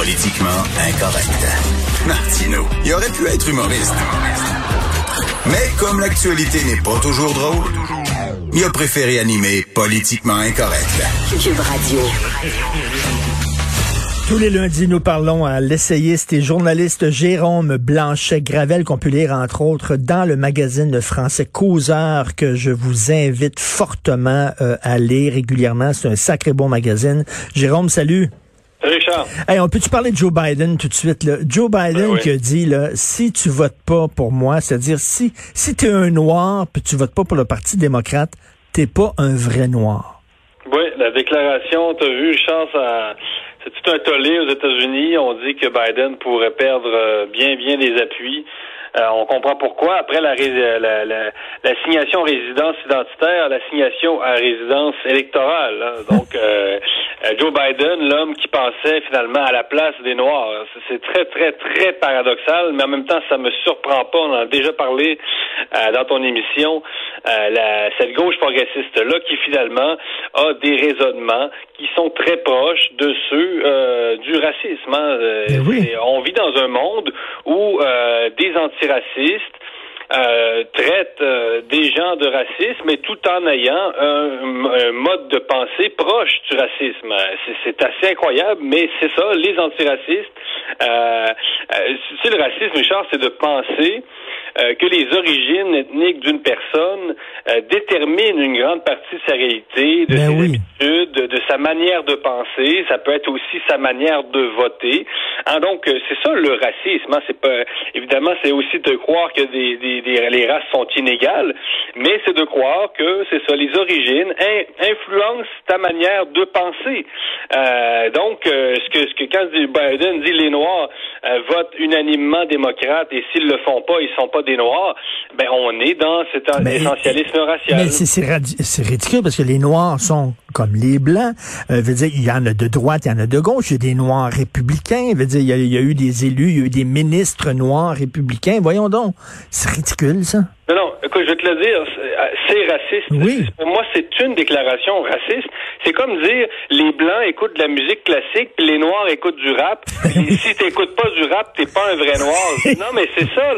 Politiquement incorrect. Martineau, il aurait pu être humoriste. Mais comme l'actualité n'est pas toujours drôle, il a préféré animer Politiquement incorrect. Cube Radio. Tous les lundis, nous parlons à l'essayiste et journaliste Jérôme Blanchet-Gravel, qu'on peut lire, entre autres, dans le magazine français Causeur, que je vous invite fortement à lire régulièrement. C'est un sacré bon magazine. Jérôme, salut. Salut, Richard. Hey, on peut-tu parler de Joe Biden tout de suite, là? Joe Biden qui a dit, là, si tu votes pas pour moi, c'est-à-dire si t'es un noir puis tu votes pas pour le Parti démocrate, t'es pas un vrai noir. Oui, la déclaration, t'as vu, Richard, c'est tout un tollé aux États-Unis. On dit que Biden pourrait perdre bien des appuis. On comprend pourquoi. Après l'assignation résidence identitaire, l'assignation à résidence électorale. Hein. Donc, Joe Biden, l'homme qui pensait finalement à la place des Noirs. C'est très paradoxal, mais en même temps, ça me surprend pas. On en a déjà parlé dans ton émission. Cette gauche progressiste-là qui finalement a des raisonnements qui sont très proches de ceux du racisme. Hein. Oui. On vit dans un monde où des antiracistes traitent des gens de racisme, mais tout en ayant un mode de pensée proche du racisme. C'est assez incroyable, mais c'est ça, les antiracistes. Tu sais, le racisme, Richard, c'est de penser que les origines ethniques d'une personne déterminent une grande partie de sa réalité, de ses habitudes, de sa manière de penser. Ça peut être aussi sa manière de voter. Hein, donc, c'est ça le racisme. Hein, c'est pas, évidemment, c'est aussi de croire que les races sont inégales, mais c'est de croire que c'est ça, les origines influencent ta manière de penser. Donc, ce que quand Biden dit les Noirs votent unanimement démocrate et s'ils le font pas, ils sont pas des Noirs, ben on est dans cet essentialisme racial. Mais c'est ridicule parce que les Noirs sont comme les Blancs. Veut dire, il y en a de droite, il y en a de gauche, il y a des Noirs républicains. Veut dire, il y a eu des élus, il y a eu des ministres noirs républicains. Voyons donc, c'est ridicule ça. Non, écoute, je vais te le dire, c'est raciste. Oui. Pour moi, c'est une déclaration raciste. C'est comme dire, les Blancs écoutent de la musique classique, puis les Noirs écoutent du rap. Et si t'écoutes pas du rap, t'es pas un vrai Noir. Non, mais c'est ça,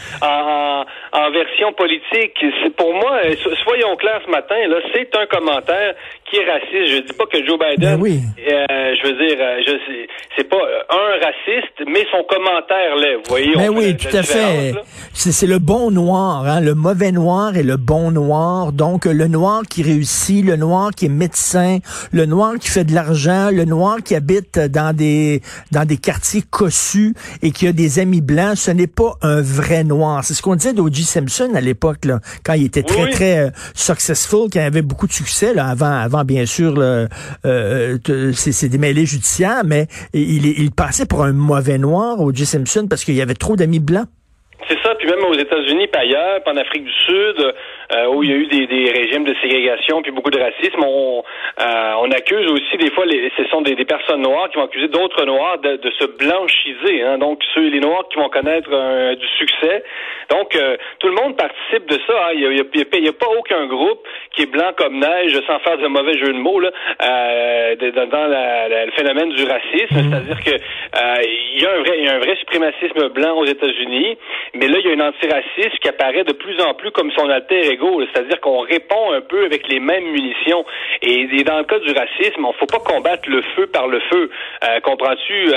là, en version politique. C'est pour moi, soyons clairs ce matin, là, c'est un commentaire qui est raciste. Je dis pas que Joe Biden, je veux dire, c'est pas un raciste, mais son commentaire l'est. Vous voyez, mais oui, tout à fait. C'est le bon noir, hein, le mauvais noir et le bon noir. Donc, le noir qui réussit, le noir qui est médecin, le noir qui fait de l'argent, le noir qui habite dans des quartiers cossus et qui a des amis blancs, ce n'est pas un vrai noir. C'est ce qu'on disait d'O.J. Simpson à l'époque, là, quand il était très successful, quand il avait beaucoup de succès, là, avant bien sûr, c'est démêlés judiciaires, mais il passait pour un mauvais noir, O.J. Simpson, parce qu'il y avait trop d'amis blancs. C'est ça, puis même aux États-Unis, puis ailleurs, puis en Afrique du Sud, où il y a eu des régimes de ségrégation, puis beaucoup de racisme, on accuse aussi des fois, ce sont des personnes noires qui vont accuser d'autres noirs de se blanchiser, hein, donc les noirs qui vont connaître du succès. Donc, tout le monde participe de ça. Hein. Il y a pas aucun groupe qui est blanc comme neige, sans faire de mauvais jeu de mots, là, dans le phénomène du racisme. C'est-à-dire que il y a un vrai suprémacisme blanc aux États-Unis. Mais là, il y a un antiracisme qui apparaît de plus en plus comme son alter ego, c'est-à-dire qu'on répond un peu avec les mêmes munitions. Et dans le cas du racisme, on ne faut pas combattre le feu par le feu. Comprends-tu?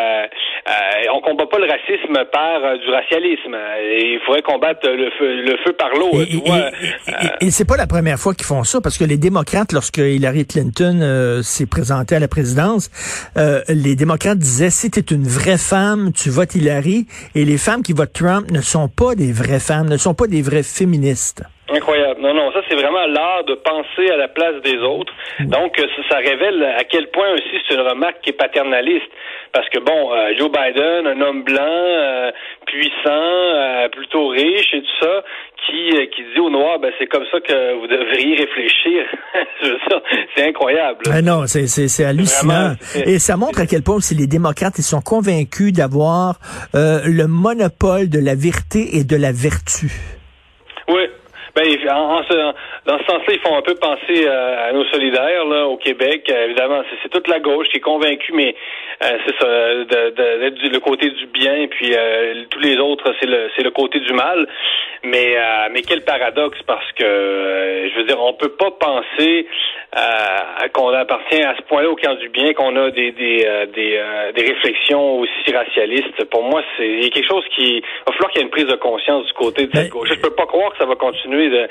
On combat pas le racisme par du racialisme. Il faudrait combattre le feu par l'eau. Et c'est pas la première fois qu'ils font ça, parce que les démocrates, lorsque Hillary Clinton s'est présentée à la présidence, les démocrates disaient, si tu es une vraie femme, tu votes Hillary, et les femmes qui votent Trump ne sont pas des vraies femmes, ne sont pas des vraies féministes. Incroyable. Non, ça c'est vraiment l'art de penser à la place des autres. Donc ça révèle à quel point aussi c'est une remarque qui est paternaliste. Parce que Joe Biden, un homme blanc, puissant, plutôt riche et tout ça, qui dit aux Noirs, c'est comme ça que vous devriez réfléchir. C'est incroyable. Non, c'est hallucinant. Vraiment, et ça montre à quel point aussi les démocrates, ils sont convaincus d'avoir le monopole de la vérité et de la vertu. Oui. Dans ce sens-là, ils font un peu penser à nos solidaires là au Québec. Évidemment, c'est toute la gauche qui est convaincue, mais c'est ça, d'être le côté du bien, puis tous les autres, c'est le côté du mal. Mais quel paradoxe, parce que je veux dire, on peut pas penser qu'on appartient à ce point-là au camp du bien, qu'on a des réflexions aussi racialistes. Pour moi, il y a quelque chose il va falloir qu'il y ait une prise de conscience du côté de cette gauche. Je peux pas croire que ça va continuer de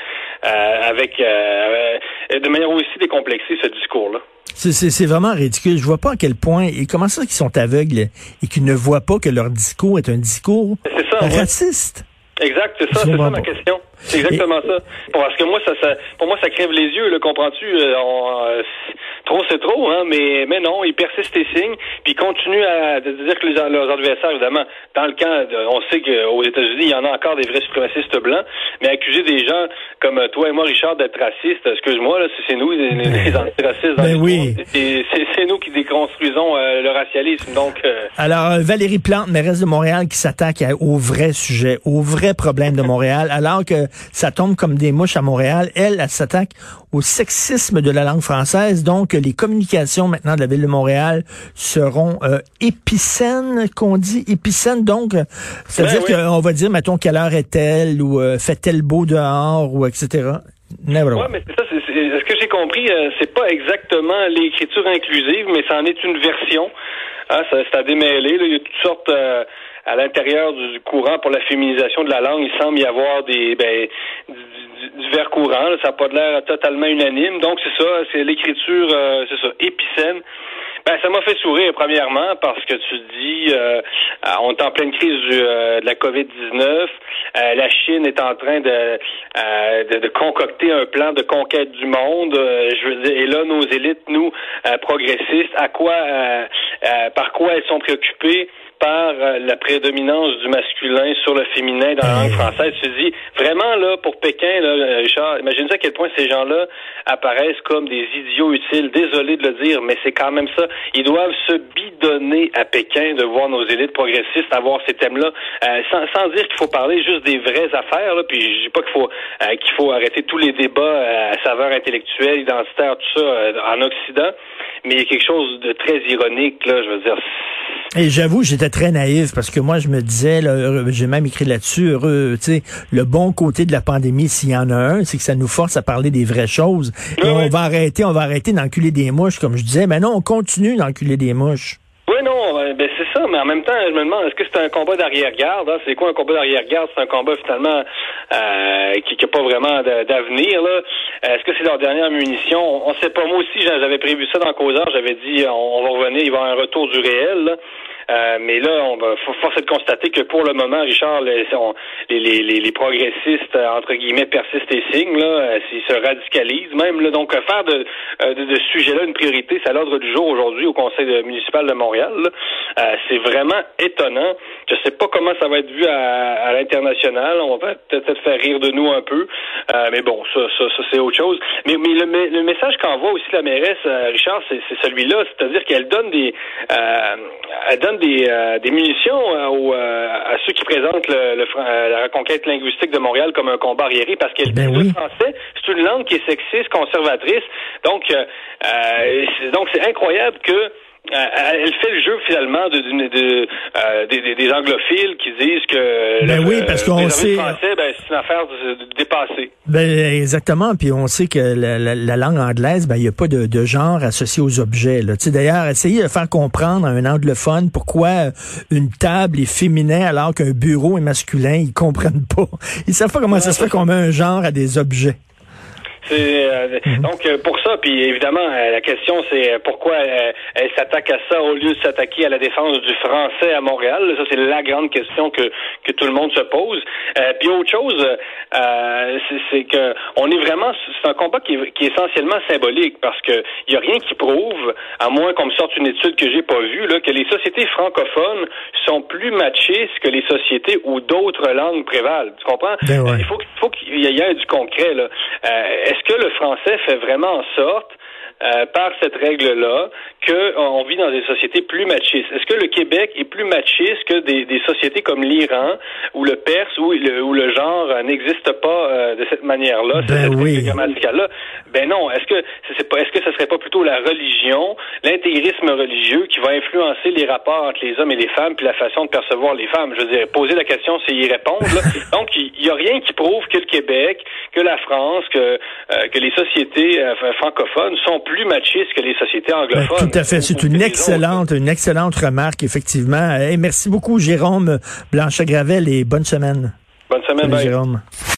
manière aussi décomplexée, ce discours-là. C'est vraiment ridicule. Je vois pas à quel point, et comment ça qu'ils sont aveugles et qu'ils ne voient pas que leur discours est un discours raciste. Exact, c'est ça ma question. C'est exactement ça. Parce que moi, pour moi, ça crève les yeux, là, comprends-tu? Trop, c'est trop, hein, mais non, ils persistent et signent, puis ils continuent à dire que leurs adversaires, évidemment, dans le camp, on sait qu'aux États-Unis, il y en a encore des vrais suprémacistes blancs, mais accuser des gens comme toi et moi, Richard, d'être racistes, excuse-moi, là, c'est nous, les antiracistes dans oui. C'est nous qui déconstruisons le racialisme, donc... Alors, Valérie Plante, mairesse de Montréal, qui s'attaque au vrai sujet, au vrai problème de Montréal, alors que ça tombe comme des mouches à Montréal. Elle s'attaque au sexisme de la langue française. Donc, les communications maintenant de la Ville de Montréal seront épicènes, qu'on dit épicènes. Donc, c'est-à-dire qu'on va dire, mettons, quelle heure est-elle ou fait-elle beau dehors ou etc. Oui, mais c'est ça. Ce que j'ai compris, c'est pas exactement l'écriture inclusive, mais ça en est une version. Hein, c'est à démêler. Là. Il y a toutes sortes... à l'intérieur du courant pour la féminisation de la langue, il semble y avoir divers courants. Là, ça n'a pas l'air totalement unanime. Donc, c'est ça, c'est l'écriture, épicène. Ça m'a fait sourire, premièrement, parce que tu dis, on est en pleine crise de la COVID-19. La Chine est en train de concocter un plan de conquête du monde. Je veux dire, et là, nos élites, nous, progressistes, par quoi elles sont préoccupées? Par la prédominance du masculin sur le féminin dans la langue française. Tu te dis, vraiment, là, pour Pékin, là, Richard, imagine-toi à quel point ces gens-là apparaissent comme des idiots utiles. Désolé de le dire, mais c'est quand même ça. Ils doivent se bidonner à Pékin de voir nos élites progressistes avoir ces thèmes-là, sans dire qu'il faut parler juste des vraies affaires, là, puis je dis pas qu'il faut arrêter tous les débats à saveur intellectuelle, identitaire, tout ça, en Occident, mais il y a quelque chose de très ironique, là, je veux dire. Et j'avoue, j'étais très naïf parce que moi, je me disais, là, j'ai même écrit là-dessus, le bon côté de la pandémie, s'il y en a un, c'est que ça nous force à parler des vraies choses. Et on va arrêter d'enculer des mouches, comme je disais. Mais non, on continue d'enculer des mouches. Oui, non, c'est ça, mais en même temps, je me demande, est-ce que c'est un combat d'arrière-garde? Hein? C'est quoi un combat d'arrière-garde? C'est un combat, finalement, qui n'a pas vraiment d'avenir, là. Est-ce que c'est leur dernière munition? On sait pas. Moi aussi, j'avais prévu ça dans Causeur. J'avais dit, on va revenir, il va y avoir un retour du réel, là. Mais là, force est de constater que pour le moment, Richard, les progressistes, entre guillemets, persistent et signent, là, ils se radicalisent même, là. Donc, faire de ce sujet-là une priorité, c'est à l'ordre du jour aujourd'hui au Conseil municipal de Montréal, là. C'est vraiment étonnant. Je sais pas comment ça va être vu à l'international. On va peut-être faire rire de nous un peu. Mais bon, ça c'est autre chose. Mais le message qu'envoie aussi la mairesse, Richard, c'est celui-là. C'est-à-dire qu'elle donne des munitions à ceux qui présentent la reconquête linguistique de Montréal comme un combat arriéré, parce qu'elle dit le français, c'est une langue qui est sexiste, conservatrice. Donc c'est incroyable que elle fait le jeu finalement des anglophiles qui disent que parce qu'on sait français, c'est une affaire dépassée. Exactement, puis on sait que la langue anglaise, il n'y a pas de genre associé aux objets. Là. Tu sais, d'ailleurs, essayer de faire comprendre à un anglophone pourquoi une table est féminin alors qu'un bureau est masculin, ils comprennent pas. Ils savent pas comment ça se fait qu'on met un genre à des objets. Donc pour ça, puis évidemment la question c'est pourquoi elle s'attaque à ça au lieu de s'attaquer à la défense du français à Montréal. Ça c'est la grande question que tout le monde se pose. Puis autre chose, c'est que on est vraiment, c'est un combat qui est essentiellement symbolique, parce que il y a rien qui prouve, à moins qu'on me sorte une étude que j'ai pas vue, là, que les sociétés francophones sont plus machistes que les sociétés où d'autres langues prévalent. Tu comprends? Il faut qu'il y ait du concret là. Est-ce que le français fait vraiment en sorte par cette règle-là qu'on vit dans des sociétés plus machistes. Est-ce que le Québec est plus machiste que des sociétés comme l'Iran ou le Perse où le genre n'existe pas de cette manière-là, cette règle grammaticale-là? Ben non. Est-ce que ce serait pas plutôt la religion, l'intégrisme religieux qui va influencer les rapports entre les hommes et les femmes puis la façon de percevoir les femmes? Je veux dire, poser la question, c'est y répondre. Là. Donc, il y a rien qui prouve que le Québec, que la France, que les sociétés francophones sont plus machistes que les sociétés anglophones. Tout à fait. C'est une excellente remarque, effectivement. Merci beaucoup, Jérôme Blanchet-Gravel, et bonne semaine. Bonne semaine, bye. Jérôme.